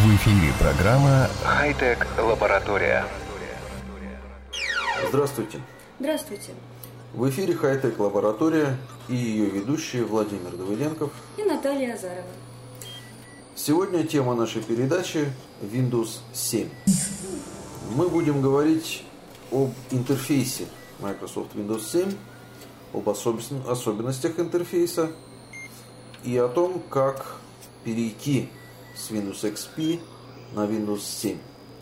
В эфире программа «Хай-Тек Лаборатория». Здравствуйте. Здравствуйте. В эфире «Хай-Тек Лаборатория» и ее ведущие Владимир Давыденков и Наталья Азарова. Сегодня тема нашей передачи Windows 7. Мы будем говорить об интерфейсе Microsoft Windows 7, об особенностях интерфейса и о том, как перейти с Windows XP на Windows 7.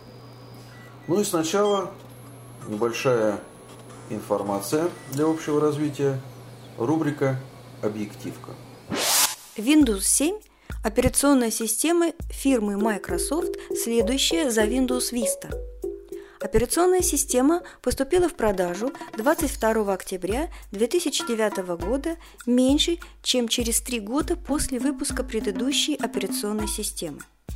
Ну и сначала небольшая информация для общего развития, рубрика «Объективка». Windows 7 – операционная система фирмы Microsoft, следующая за Windows Vista. Операционная система поступила в продажу 22 октября 2009 года, меньше, чем через 3 года после выпуска предыдущей операционной системы.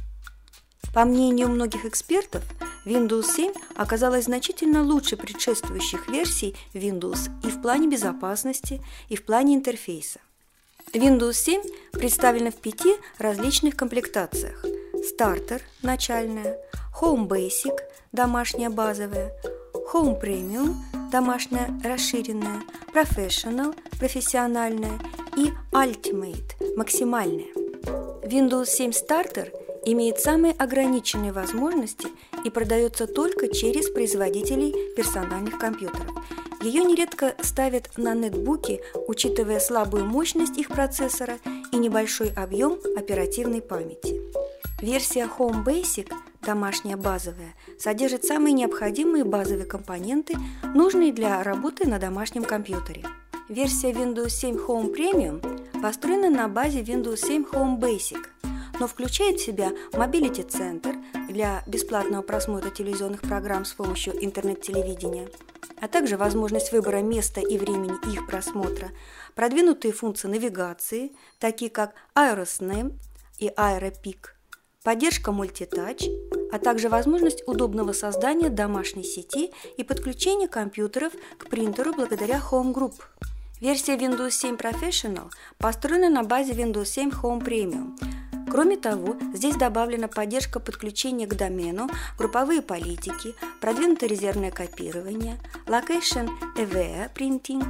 По мнению многих экспертов, Windows 7 оказалась значительно лучше предшествующих версий Windows и в плане безопасности, и в плане интерфейса. Windows 7 представлена в 5 различных комплектациях: Starter – начальная, Home Basic – домашняя базовая, Home Premium – домашняя расширенная, Professional – профессиональная и Ultimate – максимальная. Windows 7 Starter имеет самые ограниченные возможности и продается только через производителей персональных компьютеров. Ее нередко ставят на нетбуки, учитывая слабую мощность их процессора и небольшой объем оперативной памяти. Версия Home Basic, домашняя базовая, содержит самые необходимые базовые компоненты, нужные для работы на домашнем компьютере. Версия Windows 7 Home Premium построена на базе Windows 7 Home Basic, но включает в себя Mobility Center для бесплатного просмотра телевизионных программ с помощью интернет-телевидения, а также возможность выбора места и времени их просмотра, продвинутые функции навигации, такие как AeroSnap и AeroPick, поддержка мультитач, а также возможность удобного создания домашней сети и подключения компьютеров к принтеру благодаря Home Group. Версия Windows 7 Professional построена на базе Windows 7 Home Premium. Кроме того, здесь добавлена поддержка подключения к домену, групповые политики, продвинутое резервное копирование, Location Aware Printing,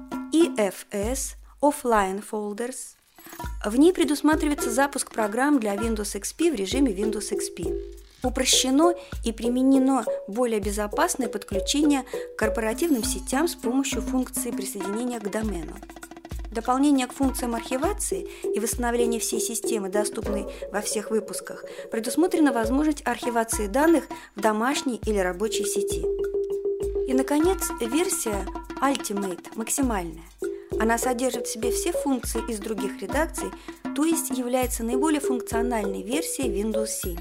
EFS, Offline Folders. В ней предусматривается запуск программ для Windows XP в режиме Windows XP. Упрощено и применено более безопасное подключение к корпоративным сетям с помощью функции присоединения к домену. Дополнение к функциям архивации и восстановления всей системы, доступной во всех выпусках, предусмотрена возможность архивации данных в домашней или рабочей сети. И, наконец, версия Ultimate – максимальная. Она содержит в себе все функции из других редакций, то есть является наиболее функциональной версией Windows 7.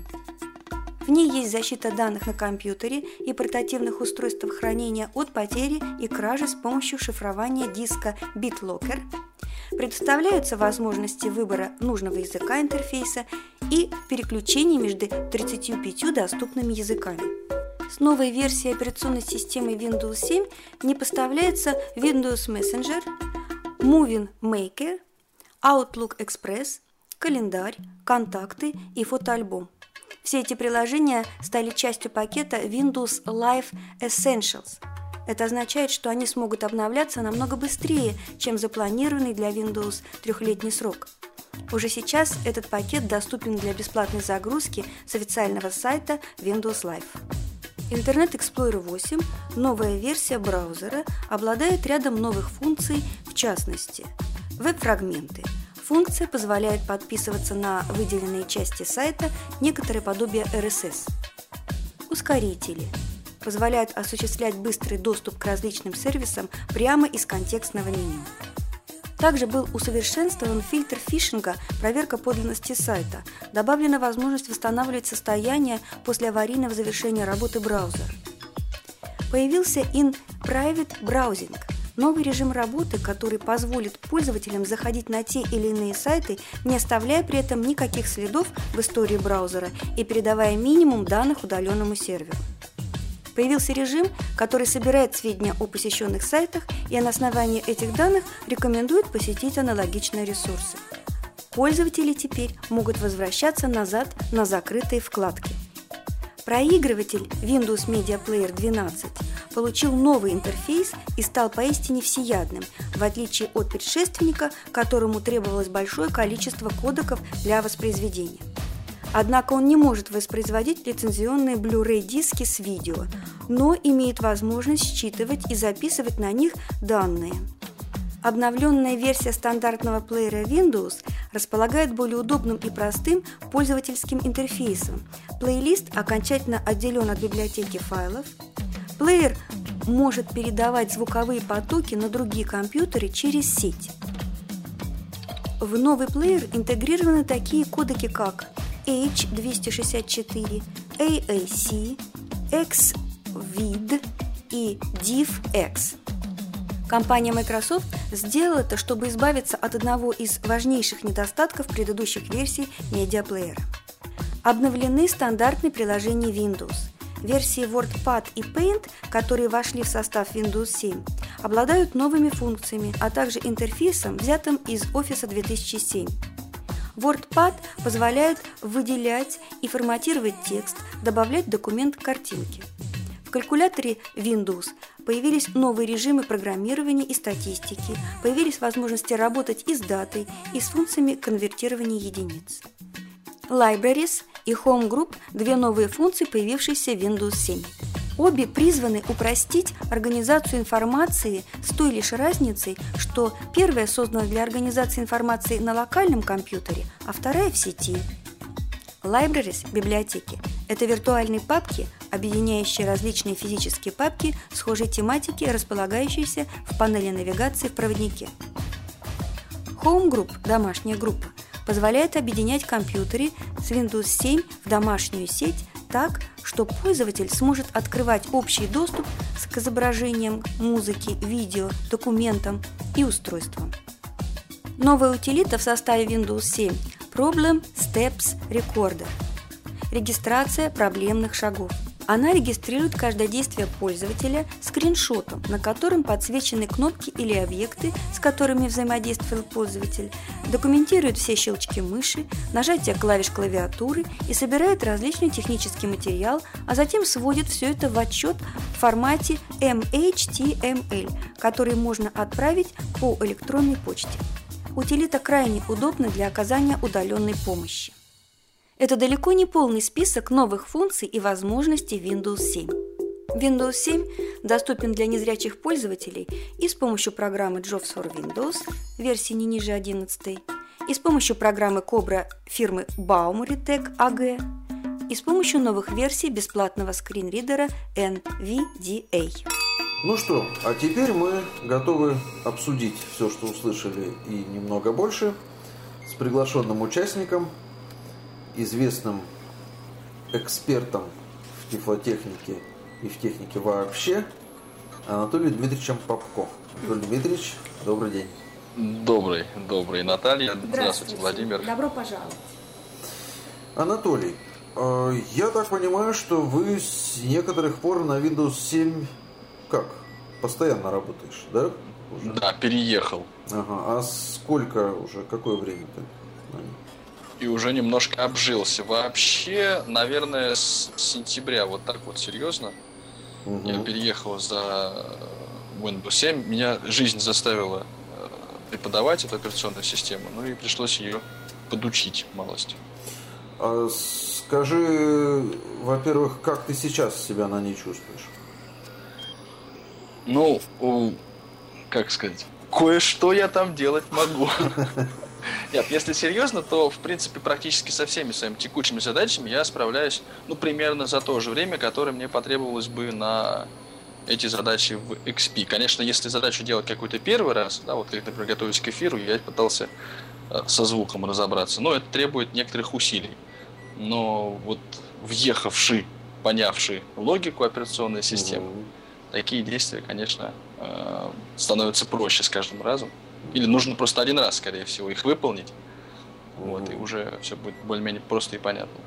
В ней есть защита данных на компьютере и портативных устройствах хранения от потери и кражи с помощью шифрования диска BitLocker. Предоставляются возможности выбора нужного языка интерфейса и переключения между 35 доступными языками. С новой версией операционной системы Windows 7 не поставляется Windows Messenger, Movie Maker, Outlook Express, календарь, контакты и фотоальбом. Все эти приложения стали частью пакета Windows Live Essentials. Это означает, что они смогут обновляться намного быстрее, чем запланированный для Windows 3-летний срок. Уже сейчас этот пакет доступен для бесплатной загрузки с официального сайта Windows Live. Internet Explorer 8, новая версия браузера, обладает рядом новых функций, в частности, веб-фрагменты. Функция позволяет подписываться на выделенные части сайта, некоторые подобие RSS. Ускорители позволяют осуществлять быстрый доступ к различным сервисам прямо из контекстного меню. Также был усовершенствован фильтр фишинга, проверка подлинности сайта, добавлена возможность восстанавливать состояние после аварийного завершения работы браузера. Появился In-Private Browsing – новый режим работы, который позволит пользователям заходить на те или иные сайты, не оставляя при этом никаких следов в истории браузера и передавая минимум данных удаленному серверу. Появился режим, который собирает сведения о посещенных сайтах и на основании этих данных рекомендует посетить аналогичные ресурсы. Пользователи теперь могут возвращаться назад на закрытые вкладки. Проигрыватель Windows Media Player 12 получил новый интерфейс и стал поистине всеядным, в отличие от предшественника, которому требовалось большое количество кодеков для воспроизведения. Однако он не может воспроизводить лицензионные Blu-ray диски с видео, но имеет возможность считывать и записывать на них данные. Обновленная версия стандартного плеера Windows располагает более удобным и простым пользовательским интерфейсом. Плейлист окончательно отделен от библиотеки файлов. Плеер может передавать звуковые потоки на другие компьютеры через сеть. В новый плеер интегрированы такие кодеки, как H264, AAC, Xvid и DivX. Компания Microsoft сделала это, чтобы избавиться от одного из важнейших недостатков предыдущих версий медиаплеера. Обновлены стандартные приложения Windows. Версии WordPad и Paint, которые вошли в состав Windows 7, обладают новыми функциями, а также интерфейсом, взятым из Office 2007. WordPad позволяет выделять и форматировать текст, добавлять в документ картинки. В калькуляторе Windows появились новые режимы программирования и статистики, появились возможности работать и с датой, и с функциями конвертирования единиц. Libraries и Home Group – две новые функции, появившиеся в Windows 7. Обе призваны упростить организацию информации с той лишь разницей, что первая создана для организации информации на локальном компьютере, а вторая в сети. Libraries – библиотеки – это виртуальные папки, объединяющие различные физические папки схожей тематики, располагающиеся в панели навигации в проводнике. Home Group – домашняя группа – позволяет объединять компьютеры с Windows 7 в домашнюю сеть так, что пользователь сможет открывать общий доступ к изображениям, музыке, видео, документам и устройствам. Новая утилита в составе Windows 7 – Problem Steps Recorder – регистрация проблемных шагов. Она регистрирует каждое действие пользователя скриншотом, на котором подсвечены кнопки или объекты, с которыми взаимодействовал пользователь, документирует все щелчки мыши, нажатие клавиш клавиатуры и собирает различный технический материал, а затем сводит все это в отчет в формате HTML, который можно отправить по электронной почте. Утилита крайне удобна для оказания удаленной помощи. Это далеко не полный список новых функций и возможностей Windows 7. Windows 7 доступен для незрячих пользователей и с помощью программы JAWS for Windows, версии не ниже 11, и с помощью программы Cobra фирмы Baumeritech AG, и с помощью новых версий бесплатного скринридера NVDA. Ну что, а теперь мы готовы обсудить все, что услышали, и немного больше, с приглашенным участником, известным экспертом в тифлотехнике и в технике вообще, Анатолием Дмитриевичем Попко. Анатолий Дмитриевич, добрый день. Добрый, Наталья. Здравствуйте, Владимир. Добро пожаловать. Анатолий, я так понимаю, что вы с некоторых пор на Windows 7 постоянно работаешь, да? Уже? Да, переехал. Ага, а сколько уже, какое время-то? И уже немножко обжился. Вообще, наверное, с сентября, вот так вот серьезно, я переехал за Windows 7. Меня жизнь заставила преподавать эту операционную систему, ну и пришлось ее подучить малость. А скажи, во-первых, как ты сейчас себя на ней чувствуешь? Ну, как сказать, кое-что я там делать могу. Нет, если серьезно, то, в принципе, практически со всеми своими текущими задачами я справляюсь, примерно за то же время, которое мне потребовалось бы на эти задачи в XP. Конечно, если задачу делать какой-то первый раз, да, вот как, например, готовясь к эфиру, я пытался со звуком разобраться, но это требует некоторых усилий. Но вот въехавший, понявший логику операционной системы, такие действия, конечно, становятся проще с каждым разом. Или нужно просто один раз, скорее всего, их выполнить. Вот, и уже все будет более-менее просто и понятно.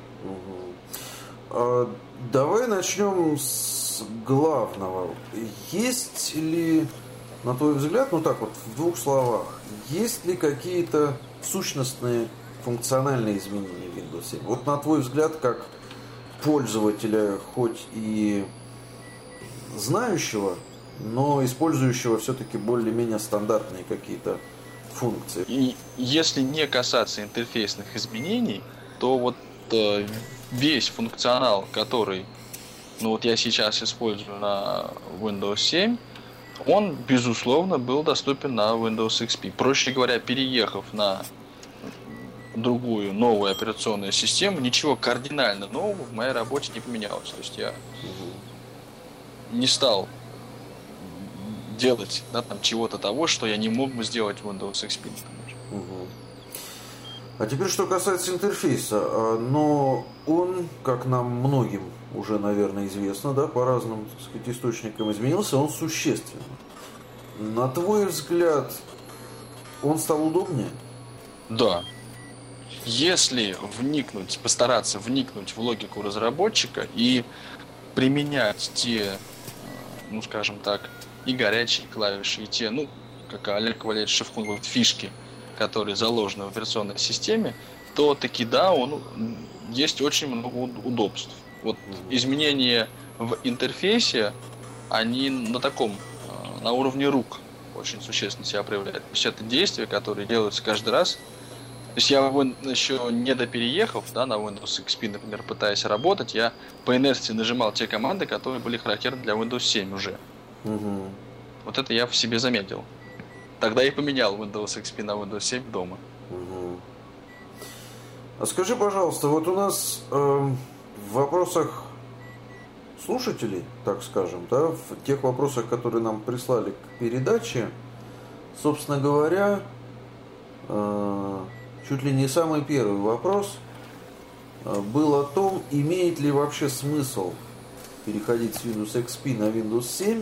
Давай начнем с главного. Есть ли, на твой взгляд, в двух словах, есть ли какие-то сущностные функциональные изменения в Windows 7. Вот на твой взгляд, как пользователя, хоть и знающего, но использующего все-таки более-менее стандартные какие-то функции. И если не касаться интерфейсных изменений, то вот весь функционал, который я сейчас использую на Windows 7, он, безусловно, был доступен на Windows XP. Проще говоря, переехав на другую, новую операционную систему, ничего кардинально нового в моей работе не поменялось. То есть я не стал делать чего-то того, что я не мог бы сделать в Windows XP, например. А теперь, что касается интерфейса, но он, как нам многим уже, наверное, известно, да, по разным, так сказать, источникам изменился, он существенно. На твой взгляд, он стал удобнее? Да. Если постараться вникнуть в логику разработчика и применять те, скажем так, и горячие клавиши, и те, как Олег Валерьевич Шевкун говорит, фишки, которые заложены в операционной системе, то таки да, есть очень много удобств. Вот изменения в интерфейсе, они на уровне рук очень существенно себя проявляют. То есть это действия, которые делаются каждый раз. То есть я еще не допереехав, на Windows XP, например, пытаясь работать, я по инерции нажимал те команды, которые были характерны для Windows 7 уже. Вот это я в себе заметил. Тогда и поменял Windows XP на Windows 7 дома. А скажи, пожалуйста, вот у нас в вопросах слушателей, так скажем, да, в тех вопросах, которые нам прислали к передаче, собственно говоря, чуть ли не самый первый вопрос был о том, имеет ли вообще смысл переходить с Windows XP на Windows 7,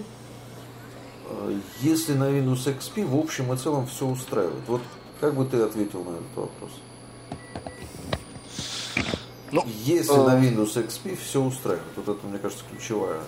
если на Windows XP в общем и целом все устраивает. Вот как бы ты ответил на этот вопрос? Если на Windows XP все устраивает. Вот это, мне кажется, ключевая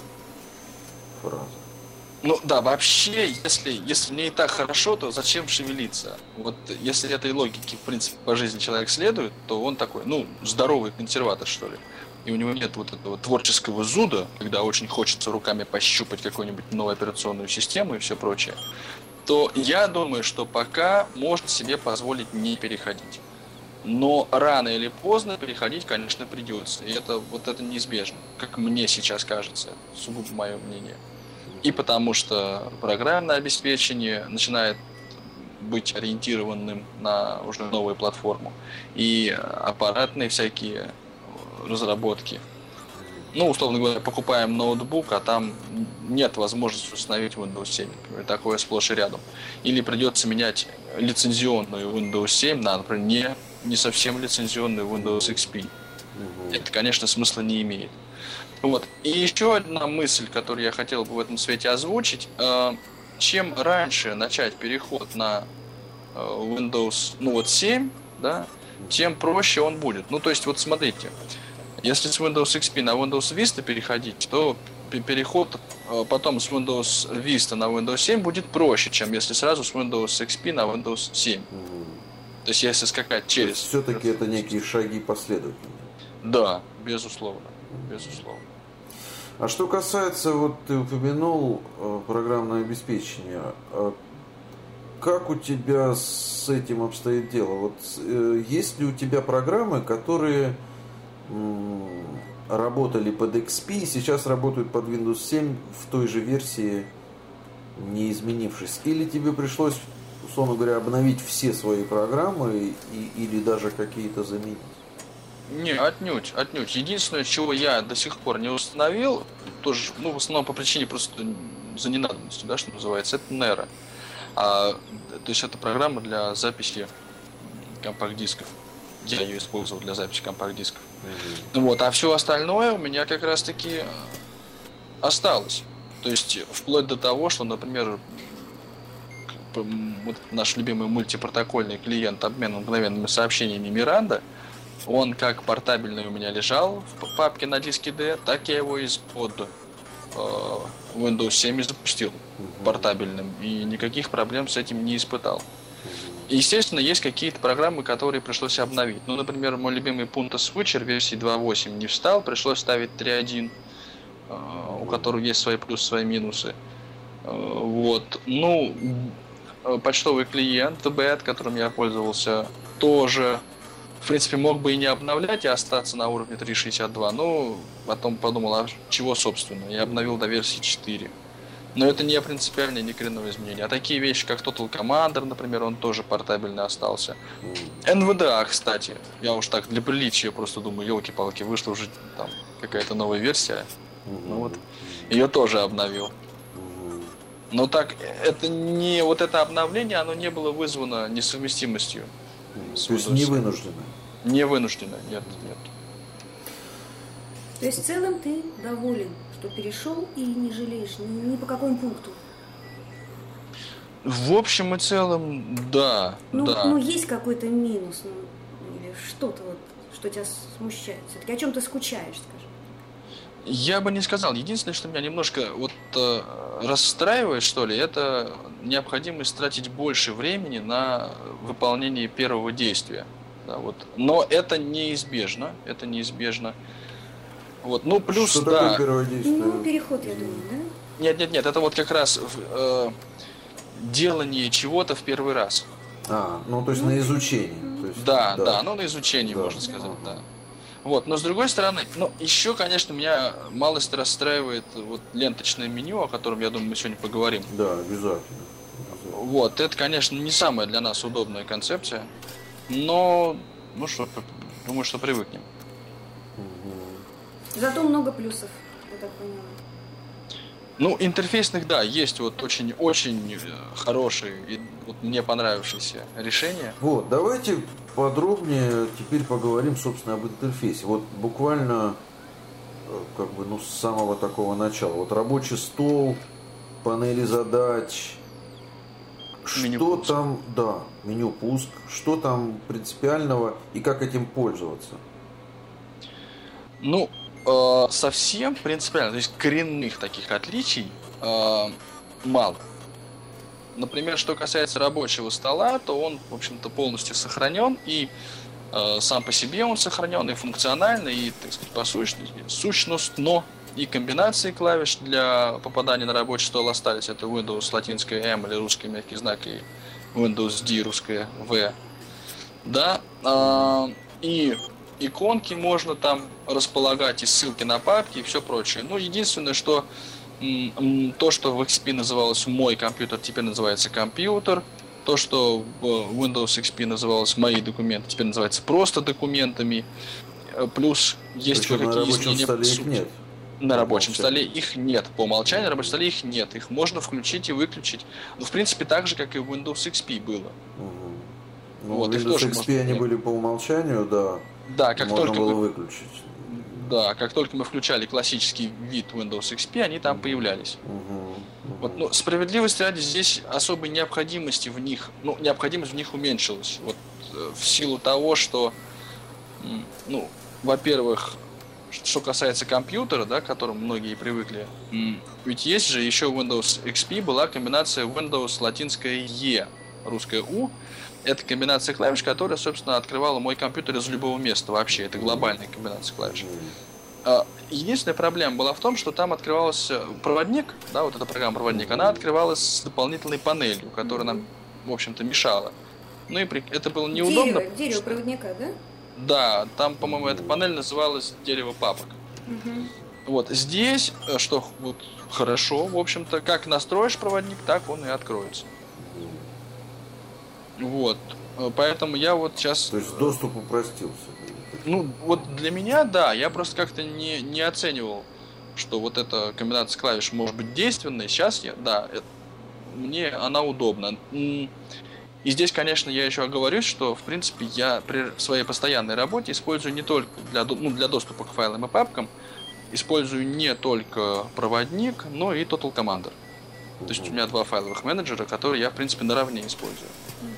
фраза. Вообще, если мне и так хорошо, то зачем шевелиться? Вот если этой логике, в принципе, по жизни человек следует, то он такой, здоровый консерватор, что ли. И у него нет вот этого творческого зуда, когда очень хочется руками пощупать какую-нибудь новую операционную систему и все прочее, то я думаю, что пока можно себе позволить не переходить. Но рано или поздно переходить, конечно, придется. И это неизбежно, как мне сейчас кажется, сугубо мое мнение. И потому что программное обеспечение начинает быть ориентированным на уже новую платформу. И аппаратные всякие разработки. Условно говоря, покупаем ноутбук, а там нет возможности установить Windows 7. Например, такое сплошь и рядом. Или придется менять лицензионную Windows 7 на, например, не совсем лицензионную Windows XP. Это, конечно, смысла не имеет. И еще одна мысль, которую я хотел бы в этом свете озвучить. Чем раньше начать переход на Windows 7, да, тем проще он будет. То есть, смотрите, если с Windows XP на Windows Vista переходить, то переход потом с Windows Vista на Windows 7 будет проще, чем если сразу с Windows XP на Windows 7. То есть если скакать через... Все-таки это некие шаги последовательные. Да, безусловно. Безусловно. А что касается, ты упомянул программное обеспечение, как у тебя с этим обстоит дело? Есть ли у тебя программы, которые работали под XP и сейчас работают под Windows 7 в той же версии, не изменившись? Или тебе пришлось, условно говоря, обновить все свои программы или даже какие-то заменить? Не, отнюдь. Единственное, чего я до сих пор не установил, тоже, в основном по причине просто за ненадобностью, да, что называется, это Nero. То есть это программа для записи компакт-дисков. Я ее использовал для записи компакт-дисков. А все остальное у меня как раз-таки осталось. То есть вплоть до того, что, например, наш любимый мультипротокольный клиент обмена мгновенными сообщениями Miranda, он как портабельный у меня лежал в папке на диске D, так я его из-под Windows 7 запустил портабельным. И никаких проблем с этим не испытал. Естественно, есть какие-то программы, которые пришлось обновить. Ну, например, мой любимый Punto Switcher версии 2.8 не встал, пришлось ставить 3.1, у которого есть свои плюсы, свои минусы. Вот. Ну, почтовый клиент TBAT, которым я пользовался, тоже, в принципе, мог бы и не обновлять, и остаться на уровне 3.62, но потом подумал, а чего, собственно, я обновил до версии 4. Но это не принципиальное, не коренное изменение. А такие вещи, как Total Commander, например, он тоже портабельно остался. NVDA, кстати, я уж так для приличия просто думаю, елки-палки, вышла уже там какая-то новая версия. Ну вот, ее тоже обновил. Но так, это не вот это обновление, оно не было вызвано несовместимостью. То есть не вынуждено? Не вынуждено, нет. То есть в целом ты доволен, что перешел и не жалеешь ни по какому пункту? В общем и целом, да. Ну, есть какой-то минус, или что-то вот, что тебя смущает? Все-таки о чем ты скучаешь, скажи? Я бы не сказал. Единственное, что меня немножко вот расстраивает, что ли, это необходимость тратить больше времени на выполнение первого действия. Да, вот. Но это неизбежно. Вот. Ну, плюс, что да. Такое первое действие? Ну, переход, я думаю, да? Нет, это вот как раз делание чего-то в первый раз. Ну, то есть на изучение. То есть, да, на изучение, можно сказать, да. Вот, но с другой стороны, еще, конечно, меня малость расстраивает вот ленточное меню, о котором, я думаю, мы сегодня поговорим. Да, обязательно. Вот, это, конечно, не самая для нас удобная концепция, но, думаю, что привыкнем. Зато много плюсов, я так поняла. Ну, интерфейсных, да, есть вот очень хорошие и вот мне понравившиеся решения. Вот, давайте подробнее теперь поговорим, собственно, об интерфейсе. Вот буквально, с самого такого начала. Вот рабочий стол, панели задач, Меню что там, меню пуск, что там принципиального и как этим пользоваться? Ну, совсем принципиально, то есть коренных таких отличий мало. Например, что касается рабочего стола, то он, в общем-то, полностью сохранен, и сам по себе он сохранен, и функционально, и, так сказать, сущностно, и комбинации клавиш для попадания на рабочий стол остались. Это Windows латинская M или русский мягкий знак, и Windows D русская V. Да, и иконки можно там располагать, и ссылки на папки, и все прочее. Ну, единственное, что то, что в XP называлось «Мой компьютер», теперь называется «Компьютер». То, что в Windows XP называлось «Мои документы», теперь называется просто «Документами». Плюс есть кое-какие изменения. На рабочем столе их нет. На рабочем столе их нет. По умолчанию на рабочем столе их нет. Их можно включить и выключить. Ну, в принципе, так же, как и в Windows XP было. Ну, вот, в Windows XP они были по умолчанию, да. Да, как можно только было выключить. Да, как только мы включали классический вид Windows XP, они там появлялись. Вот, справедливости ради, здесь особой необходимости в них, необходимость в них уменьшилась. Вот в силу того, что, во-первых, что касается компьютера, да, к которому многие привыкли, ведь есть же еще в Windows XP была комбинация Windows латинская E, русская U. Это комбинация клавиш, которая, собственно, открывала мой компьютер из любого места вообще. Это глобальная комбинация клавиш. Единственная проблема была в том, что там открывался проводник, да, вот эта программа проводник, она открывалась с дополнительной панелью, которая нам, в общем-то, мешала. Ну и это было неудобно. Дерево проводника, да? Да, там, по-моему, эта панель называлась «Дерево папок». Вот здесь, что вот хорошо, в общем-то, как настроишь проводник, так он и откроется. Вот, поэтому я вот сейчас... То есть доступ упростился? Ну, вот для меня, да, я просто как-то не оценивал, что вот эта комбинация клавиш может быть действенной. Сейчас мне она удобна. И здесь, конечно, я еще оговорюсь, что, в принципе, я при своей постоянной работе использую не только для доступа к файлам и папкам, использую не только проводник, но и Total Commander. То есть у меня 2 файловых менеджера, которые я, в принципе, наравне использую.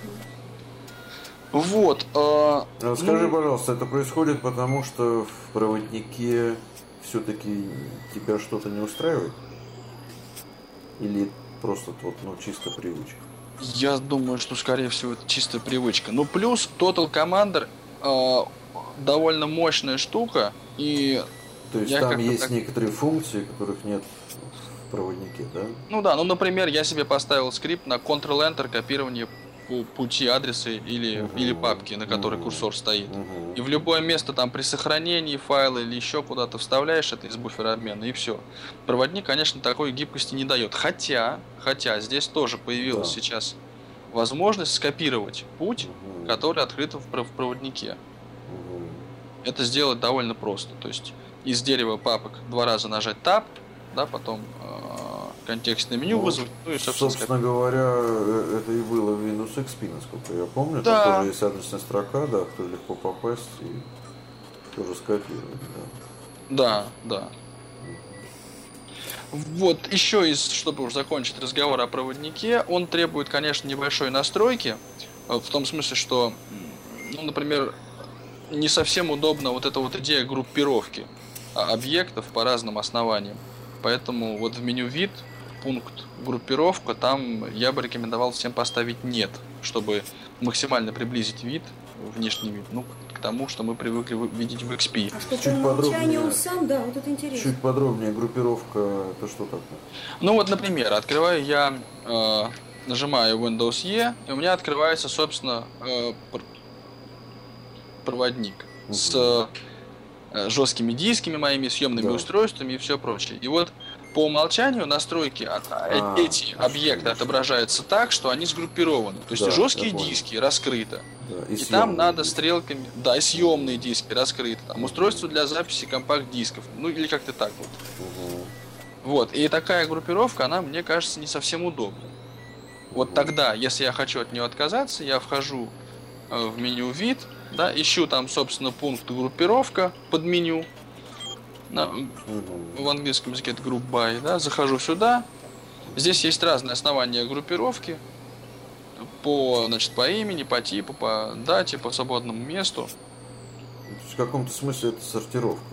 Вот. Скажи, пожалуйста, это происходит потому, что в проводнике все-таки тебя что-то не устраивает? Или просто чисто привычка? Я думаю, что, скорее всего, это чистая привычка. Ну, плюс Total Commander довольно мощная штука, и... То есть там есть некоторые функции, которых нет в проводнике, да? Ну да, ну, например, я себе поставил скрипт на Ctrl-Enter копирование пути адреса или папки, на которой курсор стоит. И в любое место там при сохранении файла или еще куда-то вставляешь это из буфера обмена, и все. Проводник, конечно, такой гибкости не дает. Хотя здесь тоже появилась сейчас возможность скопировать путь, который открыт в проводнике. Это сделать довольно просто. То есть из дерева папок 2 раза нажать Tab, да, потом контекстное меню вызвать, ну и, собственно говоря, это и было в Windows XP, насколько я помню. Да. Там тоже есть адресная строка, да, в которую легко попасть и тоже скопировать, да. Да. Вот, еще чтобы уже закончить разговор о проводнике, он требует, конечно, небольшой настройки, в том смысле, что, ну, например, не совсем удобна вот эта вот идея группировки объектов по разным основаниям. Поэтому вот в меню вид, пункт группировка, там я бы рекомендовал всем поставить нет, чтобы максимально приблизить вид, внешний вид, ну, к тому, что мы привыкли видеть в XP. А что по умолчанию он сам, да, вот это интересно. Чуть подробнее, группировка, это что такое? Ну вот, например, открываю я, нажимаю Windows E, и у меня открывается, собственно, проводник с жесткими дисками моими, съемными устройствами и все прочее. И вот по умолчанию настройки эти объекты отображаются так, что они сгруппированы. То есть жесткие диски раскрыто. Да, и там надо стрелками... Да, и съемные диски раскрыты. Там устройство для записи компакт-дисков. Ну или как-то так вот. Вот. И такая группировка, она, мне кажется, не совсем удобна. Вот тогда, если я хочу от нее отказаться, я вхожу в меню «Вид», да, ищу там, собственно, пункт группировка под меню. В английском языке это group by, да, захожу сюда. Здесь есть разные основания группировки по имени, по типу, по дате, по свободному месту. В каком-то смысле это сортировка.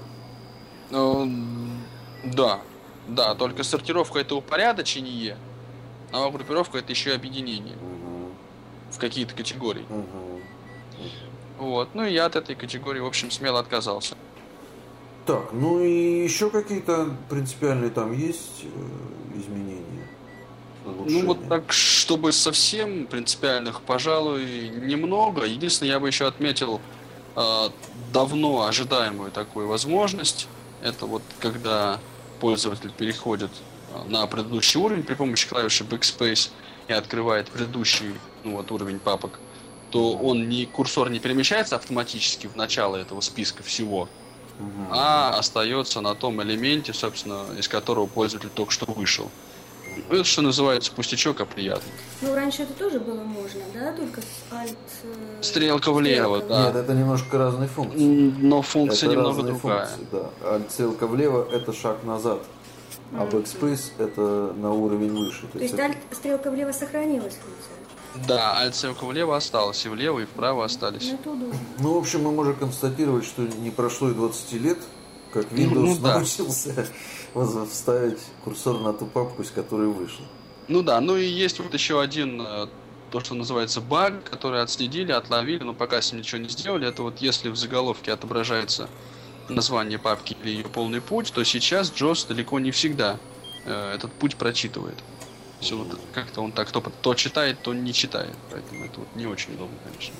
Да, только сортировка это упорядочение, а группировка это еще и объединение в какие-то категории. Вот, ну и я от этой категории, в общем, смело отказался. Так, ну и еще какие-то принципиальные там есть изменения? Улучшения? Ну вот так, чтобы совсем принципиальных, пожалуй, немного. Единственное, я бы еще отметил давно ожидаемую такую возможность. Это вот когда пользователь переходит на предыдущий уровень при помощи клавиши Backspace и открывает предыдущий уровень папок, то курсор не перемещается автоматически в начало этого списка всего, а остается на том элементе, собственно, из которого пользователь только что вышел. Это, что называется, пустячок, а приятно. Ну, раньше это тоже было можно, да? Только с Alt... Стрелка влево, да. Нет, это немножко разные функции. Но функция это немного другая. Функции, да. Alt стрелка влево – это шаг назад, а Backspace – это на уровень выше. То есть Alt стрелка влево сохранилась функция? Да, Alt-стрелка влево осталась, и влево, и вправо остались. Ну, в общем, мы можем констатировать, что не прошло и 20 лет, как Windows научился вставить курсор на ту папку, из которой вышел. Ну да, ну и есть вот еще один, то, что называется баг, который отследили, отловили, но пока с ним ничего не сделали. Это вот если в заголовке отображается название папки или ее полный путь, то сейчас JOS далеко не всегда этот путь прочитывает. Все вот как-то он так то читает, то не читает. Поэтому это вот не очень удобно, конечно.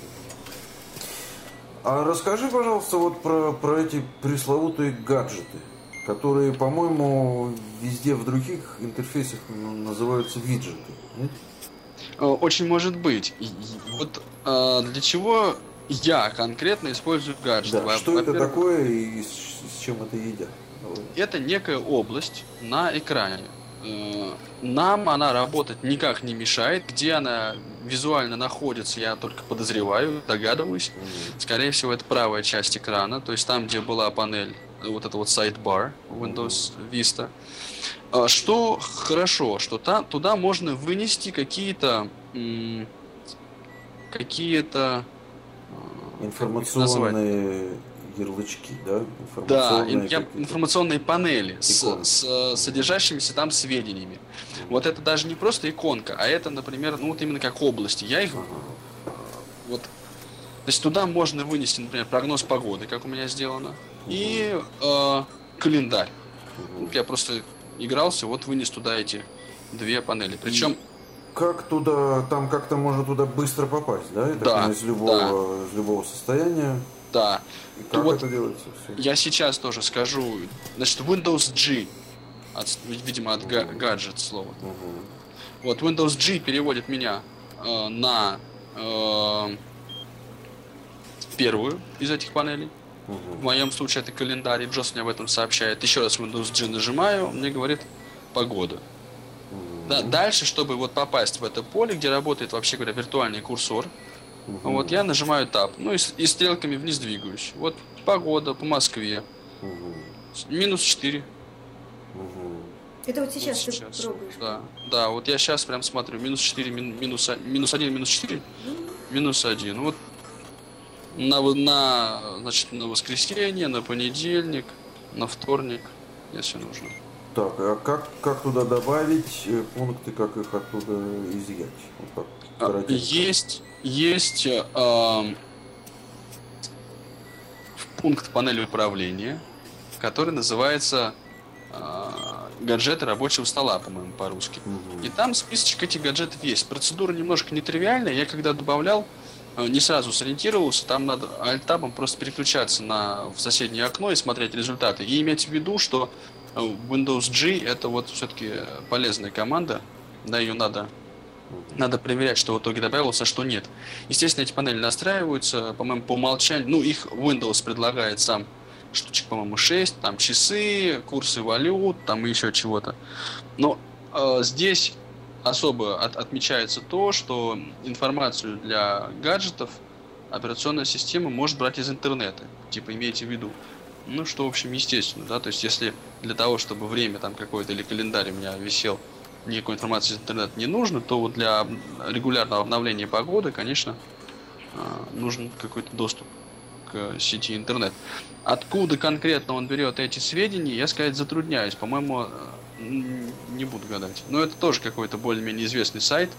А расскажи, пожалуйста, вот про эти пресловутые гаджеты, которые, по-моему, везде в других интерфейсах называются виджеты. Нет? Очень может быть. Вот для чего я конкретно использую гаджеты? Да, что это такое и с чем это едят? Это некая область на экране. Нам она работать никак не мешает. Где она визуально находится, я только подозреваю, догадываюсь. Скорее всего, это правая часть экрана, то есть там, где была панель, вот это вот sidebar Windows Vista. Что хорошо, что туда можно вынести какие-то информационные ярлычки, да? Да, Информационные, информационные панели с иконы. содержащимися там сведениями. Вот это даже не просто иконка, а это, например, ну вот именно как области. Я их вот, то есть туда можно вынести, например, прогноз погоды, как у меня сделано, и календарь. Вот я просто игрался, вот вынес туда эти две панели. Причем как туда, там как-то можно туда быстро попасть, да? Это из любого состояния. Да. И как вот это делается? Все? Я сейчас тоже скажу. Значит, Windows G, видимо, от гаджет слова. Вот Windows G переводит меня на первую из этих панелей. В моем случае это календарь, Джос мне об этом сообщает. Еще раз Windows G нажимаю, мне говорит погода. Да, дальше, чтобы вот попасть в это поле, где работает, вообще говоря, виртуальный курсор, вот я нажимаю Tab, ну и стрелками вниз двигаюсь. Вот погода по Москве. -4. Это вот сейчас ты пробуешь? Да, вот я сейчас прям смотрю. -4, -1, -4, -1. Вот значит, на воскресенье, на понедельник, на вторник, если нужно. Так, а как туда добавить пункты, как их оттуда изъять? Вот так, есть пункт панели управления, который называется гаджеты рабочего стола, по-моему, по-русски. И там списочек этих гаджетов есть. Процедура немножко нетривиальная. Я когда добавлял, не сразу сориентировался. Там надо альт-табом просто переключаться в соседнее окно и смотреть результаты. И иметь в виду, что Windows G это вот все-таки полезная команда. Да, ее надо проверять, что в итоге добавилось, а что нет. Естественно, эти панели настраиваются, по-моему, по умолчанию. Ну, их Windows предлагает сам штучек, по-моему, 6, там часы, курсы валют, там и еще чего-то. Но здесь особо отмечается то, что информацию для гаджетов операционная система может брать из интернета. Типа, имейте в виду. Ну, что, в общем, естественно, да, то есть, если для того, чтобы время там какое-то или календарь у меня висел, никакой информации из интернета не нужно, то вот для регулярного обновления погоды, конечно, нужен какой-то доступ к сети интернет. Откуда конкретно он берет эти сведения, я сказать затрудняюсь. По-моему, не буду гадать. Но это тоже какой-то более-менее известный сайт.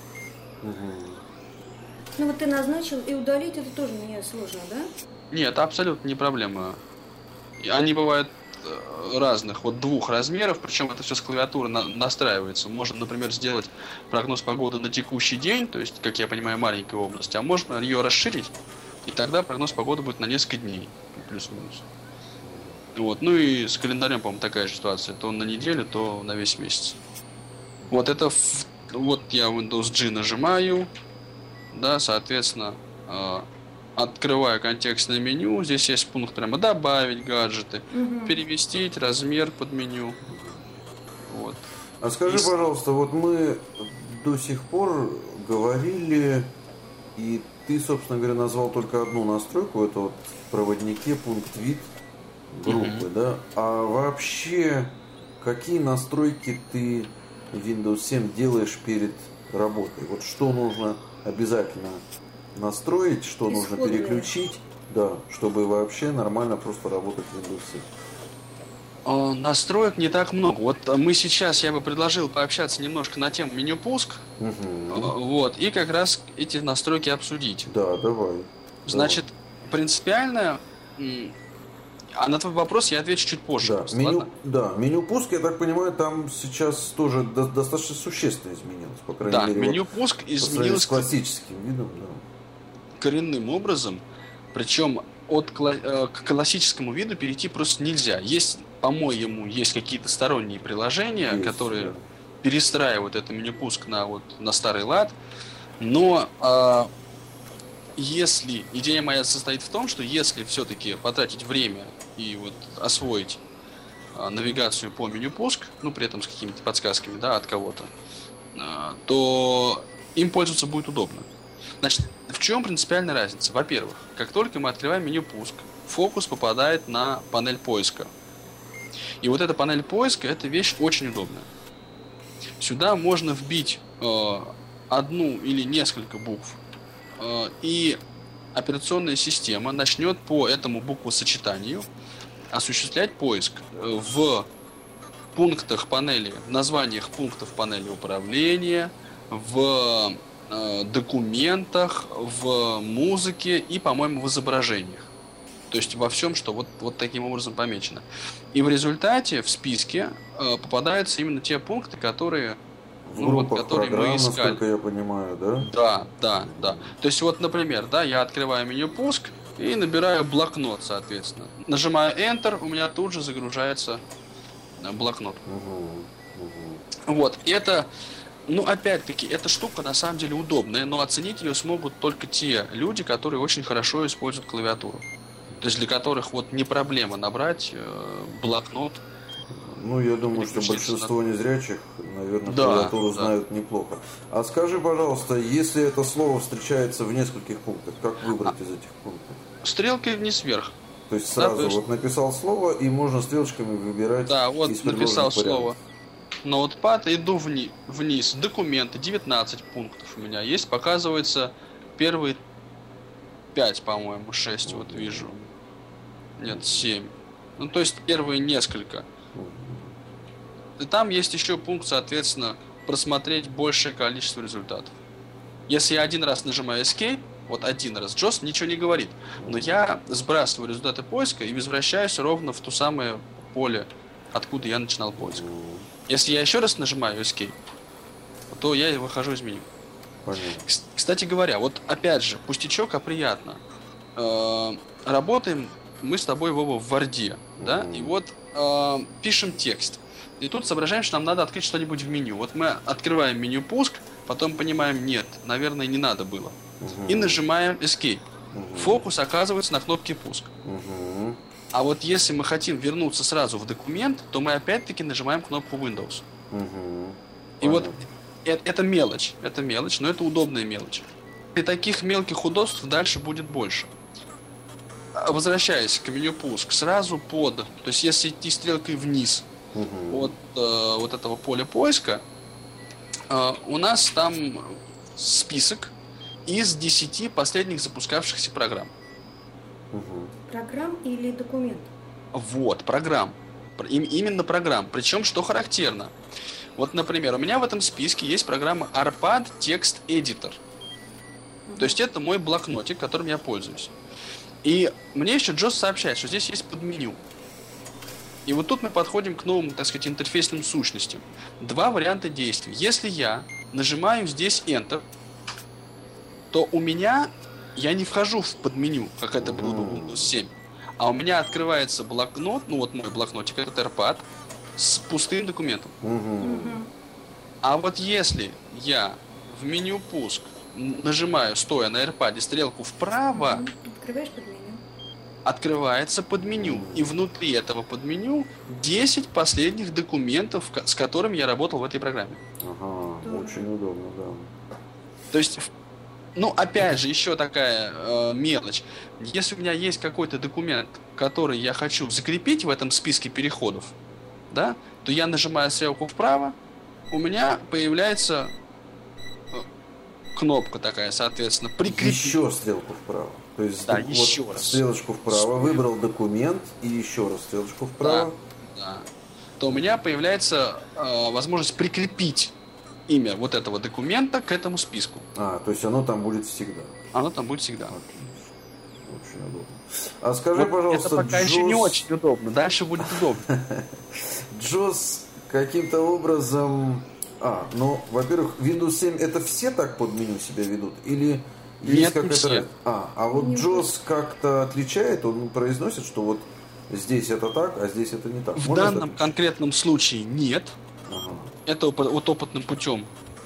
Ну вот ты назначил, и удалить это тоже не сложно, да? Нет, абсолютно не проблема. Они бывают разных, вот двух размеров, причем это все с клавиатуры настраивается. Можно, например, сделать прогноз погоды на текущий день, то есть, как я понимаю, маленькая область, а можно ее расширить, и тогда прогноз погоды будет на несколько дней, плюс-минус. Вот. Ну и с календарем, по-моему, такая же ситуация. То на неделю, то на весь месяц. Вот это... Вот я Windows G нажимаю. Да, соответственно, открываю контекстное меню. Здесь есть пункт прямо «Добавить гаджеты», «Переместить размер под меню». Вот. А скажи, пожалуйста, вот мы до сих пор говорили, и ты, собственно говоря, назвал только одну настройку, это вот в проводнике пункт «Вид» группы, да? А вообще, какие настройки ты в Windows 7 делаешь перед работой? Вот что нужно обязательно настроить, что нужно переключить, да, чтобы вообще нормально просто работать в Windows 7? Настроек не так много. Вот мы сейчас, я бы предложил пообщаться немножко на тему меню пуск, вот, и как раз эти настройки обсудить. Да, давай. Значит, принципиально, а на твой вопрос я отвечу чуть позже. Да, меню пуск, я так понимаю, там сейчас тоже достаточно существенно изменилось, по крайней мере. Да, меню пуск изменилось с классическим видом, да. Коренным образом, причем к классическому виду перейти просто нельзя. Есть, по-моему, какие-то сторонние приложения, которые перестраивают это меню пуск на старый лад, но если идея моя состоит в том, что если все-таки потратить время и вот освоить навигацию по меню пуск, ну при этом с какими-то подсказками, да, от кого-то, то им пользоваться будет удобно. Значит, в чем принципиальная разница? Во-первых, как только мы открываем меню пуск, фокус попадает на панель поиска. И вот эта панель поиска, это вещь очень удобная. Сюда можно вбить одну или несколько букв, и операционная система начнет по этому буквосочетанию осуществлять поиск в пунктах панели, в названиях пунктов панели управления, в документах, в музыке и, по-моему, в изображениях. То есть во всем, что вот таким образом помечено. И в результате в списке попадаются именно те пункты, которые, в группах которые программ, мы искали. насколько я понимаю, да? Да. То есть вот, например, да, я открываю меню «Пуск» и набираю блокнот, соответственно. Нажимаю Enter, у меня тут же загружается блокнот. Вот, и это, опять-таки, эта штука на самом деле удобная, но оценить ее смогут только те люди, которые очень хорошо используют клавиатуру. То есть для которых не проблема набрать блокнот. Я думаю, что большинство незрячих, наверное, клавиатуру знают неплохо. А скажи, пожалуйста, если это слово встречается в нескольких пунктах, как выбрать из этих пунктов? Стрелкой вниз-вверх. То есть сразу написал слово, и можно стрелочками выбирать. Да, из написал слово. слово. Ноутпад, иду вниз. Документы, 19 пунктов у меня есть. Показывается первые 5, по-моему, 6 вижу. Нет, 7. То есть первые несколько. И там есть еще пункт, соответственно, просмотреть большее количество результатов. Если я один раз нажимаю Escape, один раз, JAWS ничего не говорит. Но я сбрасываю результаты поиска и возвращаюсь ровно в то самое поле, откуда я начинал поиск. Если я еще раз нажимаю Escape, то я выхожу из меню. Понятно. Кстати говоря, опять же, пустячок, а приятно. Работаем мы с тобой, Вова, в Word, да? И пишем текст. И тут соображаем, что нам надо открыть что-нибудь в меню. Мы открываем меню «Пуск», потом понимаем, нет, наверное, не надо было. И нажимаем Escape. Фокус оказывается на кнопке «Пуск». А если мы хотим вернуться сразу в документ, то мы опять-таки нажимаем кнопку Windows. И это мелочь, но это удобная мелочь. И таких мелких удобств дальше будет больше. Возвращаясь к меню «Пуск», сразу то есть если идти стрелкой вниз от этого поля поиска, у нас там список из 10 последних запускавшихся программ. Программ или документ? Программ. Именно программ. Причем, что характерно. Например, у меня в этом списке есть программа Arpad Text Editor. То есть это мой блокнотик, которым я пользуюсь. И мне еще JAWS сообщает, что здесь есть подменю. И тут мы подходим к новым, так сказать, интерфейсным сущностям. 2 варианта действий. Если я нажимаю здесь Enter, то я не вхожу в подменю, как это было в Windows 7. А у меня открывается блокнот, мой блокнотик, этот AirPad, с пустым документом. А если я в меню «Пуск» нажимаю, стоя на AirPad, стрелку вправо, открываешь подменю. Открывается подменю. И внутри этого подменю 10 последних документов, с которыми я работал в этой программе. Очень удобно, да. То есть, опять же, еще такая мелочь. Если у меня есть какой-то документ, который я хочу закрепить в этом списке переходов, да, то я нажимаю стрелку вправо, у меня появляется кнопка такая, соответственно, прикрепить. Еще стрелку вправо. То есть еще раз. Стрелочку вправо, выбрал документ и еще раз стрелочку вправо. Да. То у меня появляется возможность прикрепить имя этого документа к этому списку. То есть оно там будет всегда. Оно там будет всегда. Очень удобно. А скажи, пожалуйста, это пока еще не очень удобно. Дальше будет удобно. JAWS каким-то образом... во-первых, Windows 7 это все так под меню себя ведут? Или есть какая-то... JAWS как-то отличает? Он произносит, что здесь это так, а здесь это не так? В данном конкретном случае нет. Это опытным путем.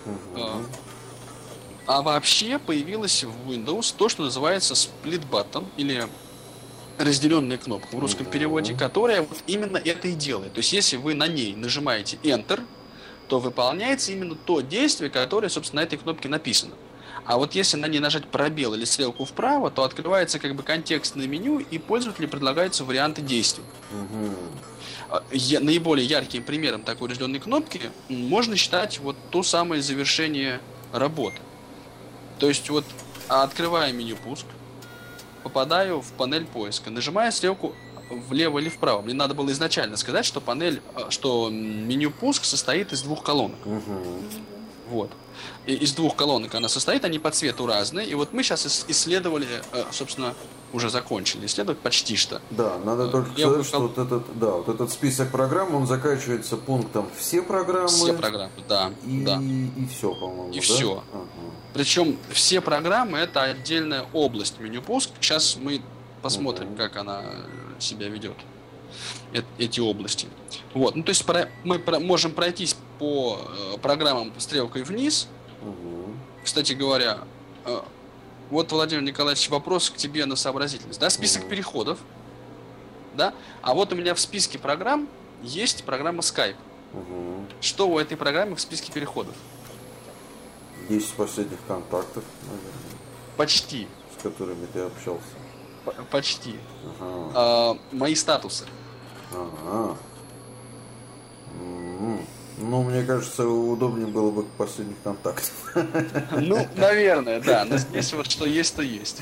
А вообще появилось в Windows то, что называется split button, или разделенная кнопка в русском переводе, которая именно это и делает. То есть если вы на ней нажимаете Enter, то выполняется именно то действие, которое, собственно, на этой кнопке написано. А если на ней нажать пробел или стрелку вправо, то открывается контекстное меню, и пользователю предлагаются варианты действий. Наиболее ярким примером такой разделенной кнопки можно считать то самое завершение работы. То есть открываем меню «Пуск», попадаю в панель поиска. Нажимаю стрелку влево или вправо. Мне надо было изначально сказать, что что меню пуск состоит из 2 колонок. Вот. И из 2 колонок она состоит, они по цвету разные. И вот мы сейчас исследовали, собственно, уже закончили исследовать почти что. Да, надо только сказать, что вот этот список программ, он заканчивается пунктом «Все программы». Все программы, да. И все, по-моему. И все. Причем все программы — это отдельная область меню пуск. Сейчас мы посмотрим, как она себя ведет. Эти области. Вот. Ну, то есть мы можем пройтись по программам стрелкой вниз. Кстати говоря, вот, Владимир Николаевич, вопрос к тебе на сообразительность. Да, список переходов. Да? А вот у меня в списке программ есть программа Skype. Что у этой программы в списке переходов? 10 последних контактов, наверное. Почти. С которыми ты общался. Почти. Мои статусы. Ну, мне кажется, удобнее было бы последних контактов. Ну, наверное, да. Но здесь вот что есть, то есть.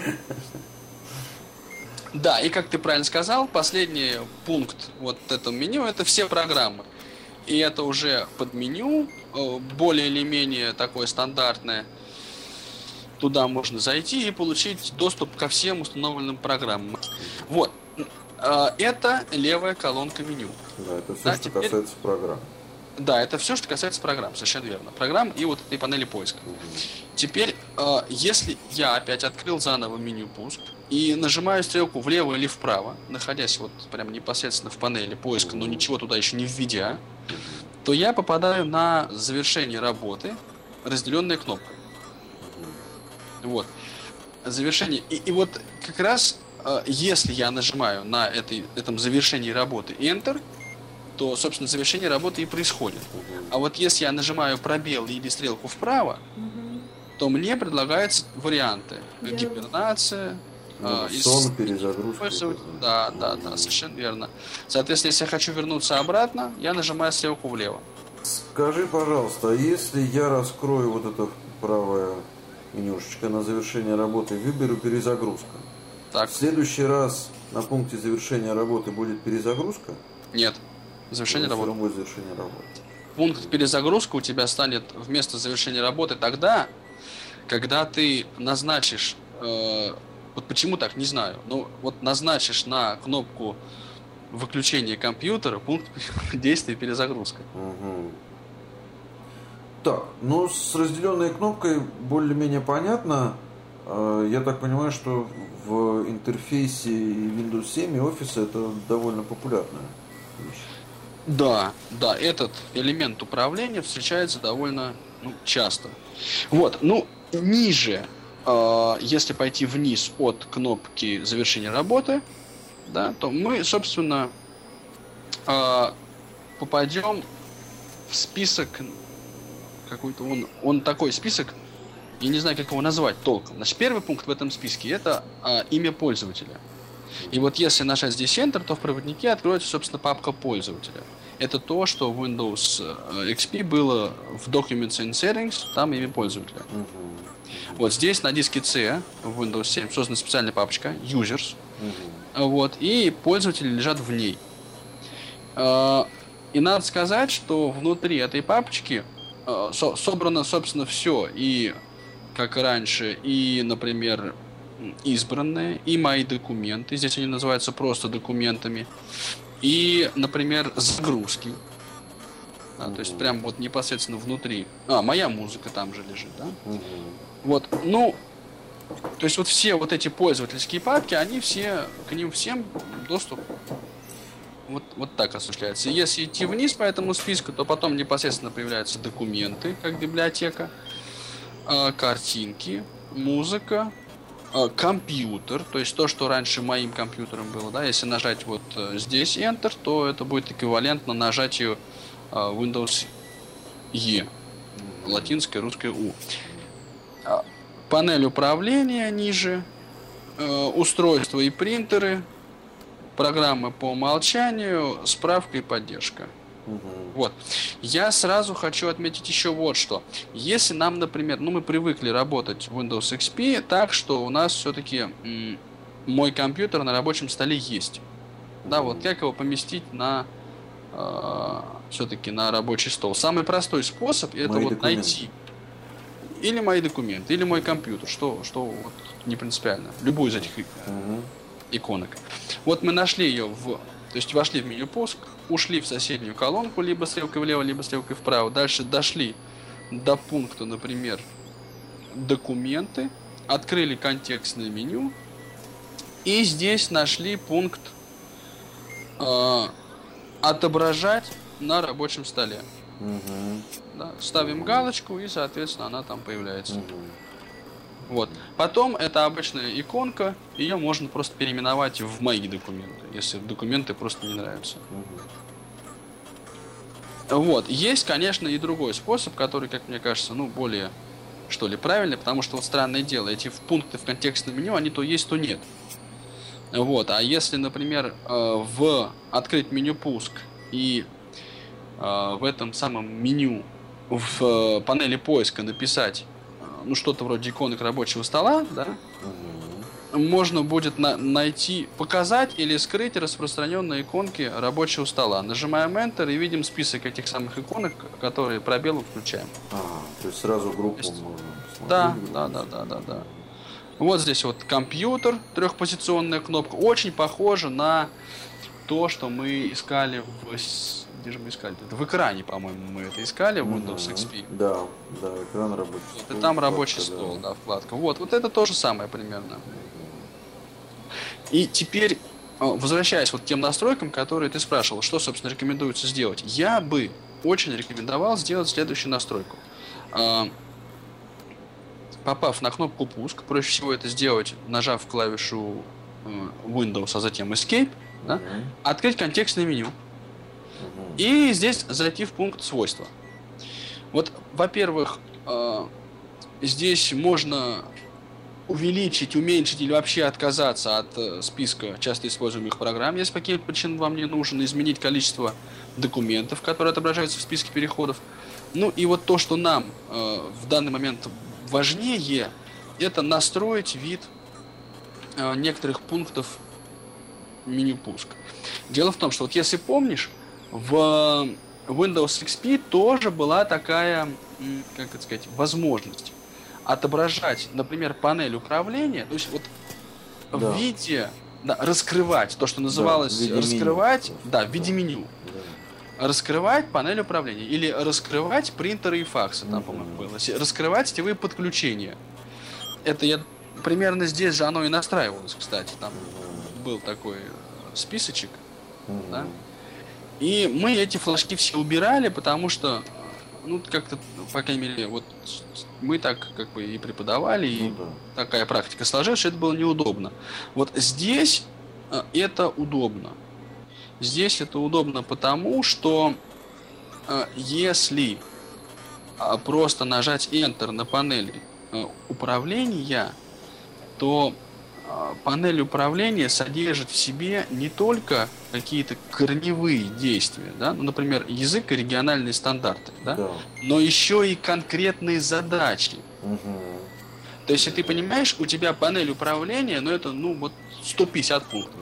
Да, и как ты правильно сказал, последний пункт вот этого меню — это все программы. И это уже под меню, более или менее такое стандартное. Туда можно зайти и получить доступ ко всем установленным программам. Вот. Это левая колонка меню. Да, это все, что касается программ. Да, это все, что касается программ, совершенно верно. Программ и вот этой панели поиска. Теперь, если я опять открыл заново меню пуск и нажимаю стрелку влево или вправо, находясь вот прям непосредственно в панели поиска, но ничего туда еще не введя, то я попадаю на завершение работы, разделенная кнопкой. Вот. Завершение. И вот как раз, если я нажимаю на этом завершении работы Enter, то, собственно, завершение работы и происходит. А вот если я нажимаю пробел или стрелку вправо, то мне предлагаются варианты. Гибернация, сон, перезагрузка. Да, совершенно верно. Соответственно, если я хочу вернуться обратно, я нажимаю стрелку влево. Скажи, пожалуйста, если я раскрою вот это правое менюшечко на завершение работы, выберу перезагрузка. Так. В следующий раз на пункте завершения работы будет перезагрузка? Нет. Завершение работы. Будет завершение работы. Пункт перезагрузка у тебя станет вместо завершения работы тогда, когда ты назначишь, вот почему так, не знаю, но вот назначишь на кнопку выключения компьютера пункт действия перезагрузка. Так, ну с разделенной кнопкой более-менее понятно. Я так понимаю, что в интерфейсе Windows 7 и Office это довольно популярная вещь. Да, этот элемент управления встречается довольно часто. Вот, ниже, если пойти вниз от кнопки завершения работы, да, то мы, собственно, попадем в список какой-то, он такой список, я не знаю, как его назвать толком. Значит, первый пункт в этом списке — это имя пользователя. И вот если нажать здесь Enter, то в проводнике откроется, собственно, папка пользователя. Это то, что в Windows XP было в Documents and Settings, там имя пользователя. Вот здесь на диске C в Windows 7 создана специальная папочка Users. Вот, и пользователи лежат в ней. И надо сказать, что внутри этой папочки собрано, собственно, все. И, как и раньше, и, например, избранные, и мои документы. Здесь они называются просто документами. И, например, загрузки. То есть прям вот непосредственно внутри. Моя музыка там же лежит, да? Вот, то есть вот все вот эти пользовательские папки, они все, к ним всем доступ вот так осуществляется. И если идти вниз по этому списку, то потом непосредственно появляются документы, как библиотека, картинки, музыка, компьютер, то есть то, что раньше моим компьютером было, да, если нажать вот здесь Enter, то это будет эквивалентно нажатию Windows E, латинское, русское U. Панель управления ниже, устройства и принтеры, программы по умолчанию, справка и поддержка. Вот. Я сразу хочу отметить еще вот что. Если нам, например, мы привыкли работать в Windows XP так, что у нас все-таки мой компьютер на рабочем столе есть. Да, вот как его поместить на все-таки на рабочий стол. Самый простой способ это Мои вот документы. найти или мои документы, или мой компьютер, что вот не принципиально. Любую из этих иконок. Вот мы нашли ее то есть вошли в меню пуск, ушли в соседнюю колонку, либо стрелкой влево, либо стрелкой вправо. Дальше дошли до пункта, например, документы, открыли контекстное меню и здесь нашли пункт отображать на рабочем столе. Да, ставим галочку и, соответственно, она там появляется. Вот. Потом это обычная иконка, ее можно просто переименовать в мои документы, если документы просто не нравятся. Вот. Есть, конечно, и другой способ, который, как мне кажется, более, что ли, правильный, потому что вот странное дело, эти пункты в контекстном меню, они то есть, то нет. Вот. А если, например, открыть меню пуск и в этом самом меню в панели поиска написать что-то вроде иконок рабочего стола, да, можно будет найти, показать или скрыть распространенные иконки рабочего стола. Нажимаем Enter и видим список этих самых иконок, которые пробелом включаем. То есть сразу группу можно посмотреть. Да. Вот здесь вот компьютер, трехпозиционная кнопка. Очень похоже на то, что мы искали где же мы искали? В экране, по-моему, мы это искали в Windows XP. Да, экран рабочий стол. И там рабочий стол, да, вкладка. Вот это то же самое примерно. И теперь, возвращаясь вот к тем настройкам, которые ты спрашивал, что, собственно, рекомендуется сделать. Я бы очень рекомендовал сделать следующую настройку. Попав на кнопку «Пуск», проще всего это сделать, нажав клавишу Windows, а затем Escape, да, открыть контекстное меню. И здесь зайти в пункт «Свойства». Вот, во-первых, здесь можно увеличить, уменьшить или вообще отказаться от списка часто используемых программ, если по каким-то причинам вам не нужно, изменить количество документов, которые отображаются в списке переходов. И вот то, что нам в данный момент важнее, это настроить вид некоторых пунктов меню пуск. Дело в том, что вот если помнишь, в Windows XP тоже была такая, как это сказать, возможность отображать, например, панель управления, то есть вот в виде, раскрывать, то, что называлось раскрывать, меню. В виде меню. Раскрывать панель управления или раскрывать принтеры и факсы, там, по-моему, было. Раскрывать сетевые подключения. Это примерно здесь же оно и настраивалось, кстати, там был такой списочек, да? И мы эти флажки все убирали, потому что, как-то, по крайней мере, вот мы так как бы и преподавали, и такая практика сложилась, что это было неудобно. Вот здесь это удобно. Здесь это удобно потому, что если просто нажать Enter на панели управления, то панель управления содержит в себе не только какие-то корневые действия, да? Например, язык и региональные стандарты, да? Но еще и конкретные задачи. То есть, если ты понимаешь, у тебя панель управления, это 150 пунктов.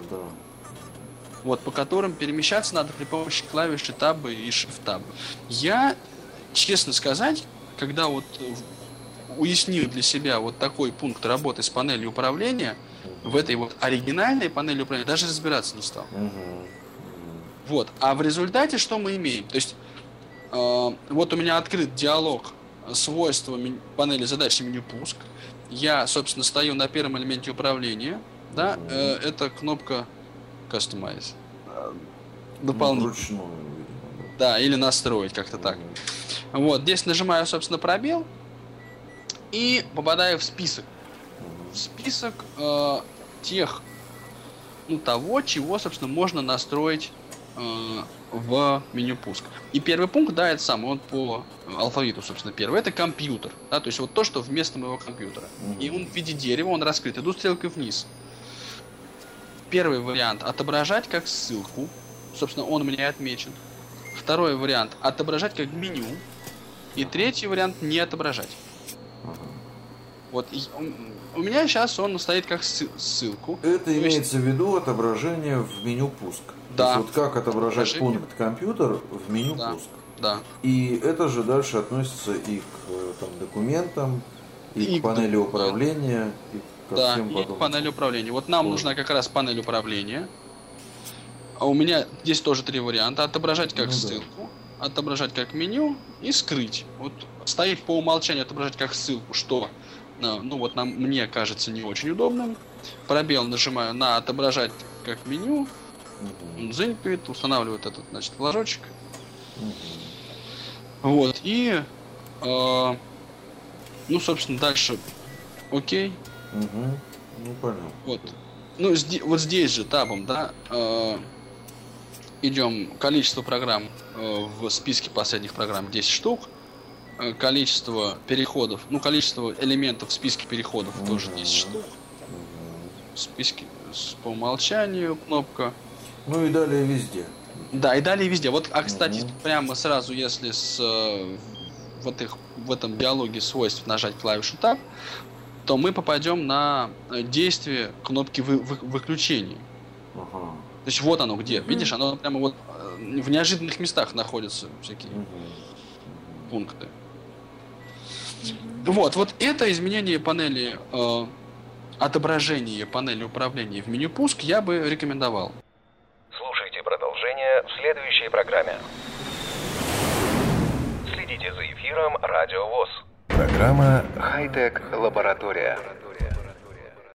Вот, по которым перемещаться надо при помощи клавиши Tab и Shift-Tab. Я, честно сказать, когда вот уяснил для себя вот такой пункт работы с панелью управления, в этой вот оригинальной панели управления даже разбираться не стал. Вот. А в результате что мы имеем? То есть, вот у меня открыт диалог свойства панели задач и меню пуск. Я, собственно, стою на первом элементе управления. Да? Это кнопка Customize. Дополнительно. Да, или настроить, как-то так. Вот. Здесь нажимаю, собственно, пробел и попадаю в список. В список того, чего, собственно, можно настроить в меню пуск. И первый пункт, это самый, он по алфавиту, собственно, первый. Это компьютер. Да, то есть вот то, что вместо моего компьютера. И он в виде дерева, он раскрыт. Иду стрелкой вниз. Первый вариант — отображать как ссылку. Собственно, он у меня отмечен. Второй вариант — отображать как меню. И третий вариант — не отображать. Вот у меня сейчас он стоит как ссылку. Это имеется в виду отображение в меню пуск. Да. То есть вот как отображать пункт компьютер в меню Да. пуск. Да. И это же дальше относится и к там, документам, и к панели управления, и ко всем и подобным. к панели управления. Вот нам нужна как раз панель управления. А у меня здесь тоже 3 варианта. Отображать как ссылку, отображать как меню и скрыть. Вот стоит по умолчанию отображать как ссылку, что вот мне кажется не очень удобным. Пробел нажимаю на отображать как меню. Он зынькает, устанавливает этот, значит, флажочек. Вот, и собственно, дальше окей. Ну, понятно. Вот. Вот здесь же табом, да, идем количество программ в списке последних программ 10 штук. Количество переходов, количество элементов в списке переходов тоже 10 штук. В списке по умолчанию кнопка. Ну и далее везде. Да, и далее везде. Вот, кстати, прямо сразу, если в этом диалоге свойств нажать клавишу Tab, то мы попадем на действие кнопки выключения. То есть вот оно где. Видишь, оно прямо вот в неожиданных местах находятся всякие пункты. Вот это изменение панели, отображение панели управления в меню пуск я бы рекомендовал. Слушайте продолжение в следующей программе. Следите за эфиром Радио ВОС. Программа «Хай-Тек Лаборатория».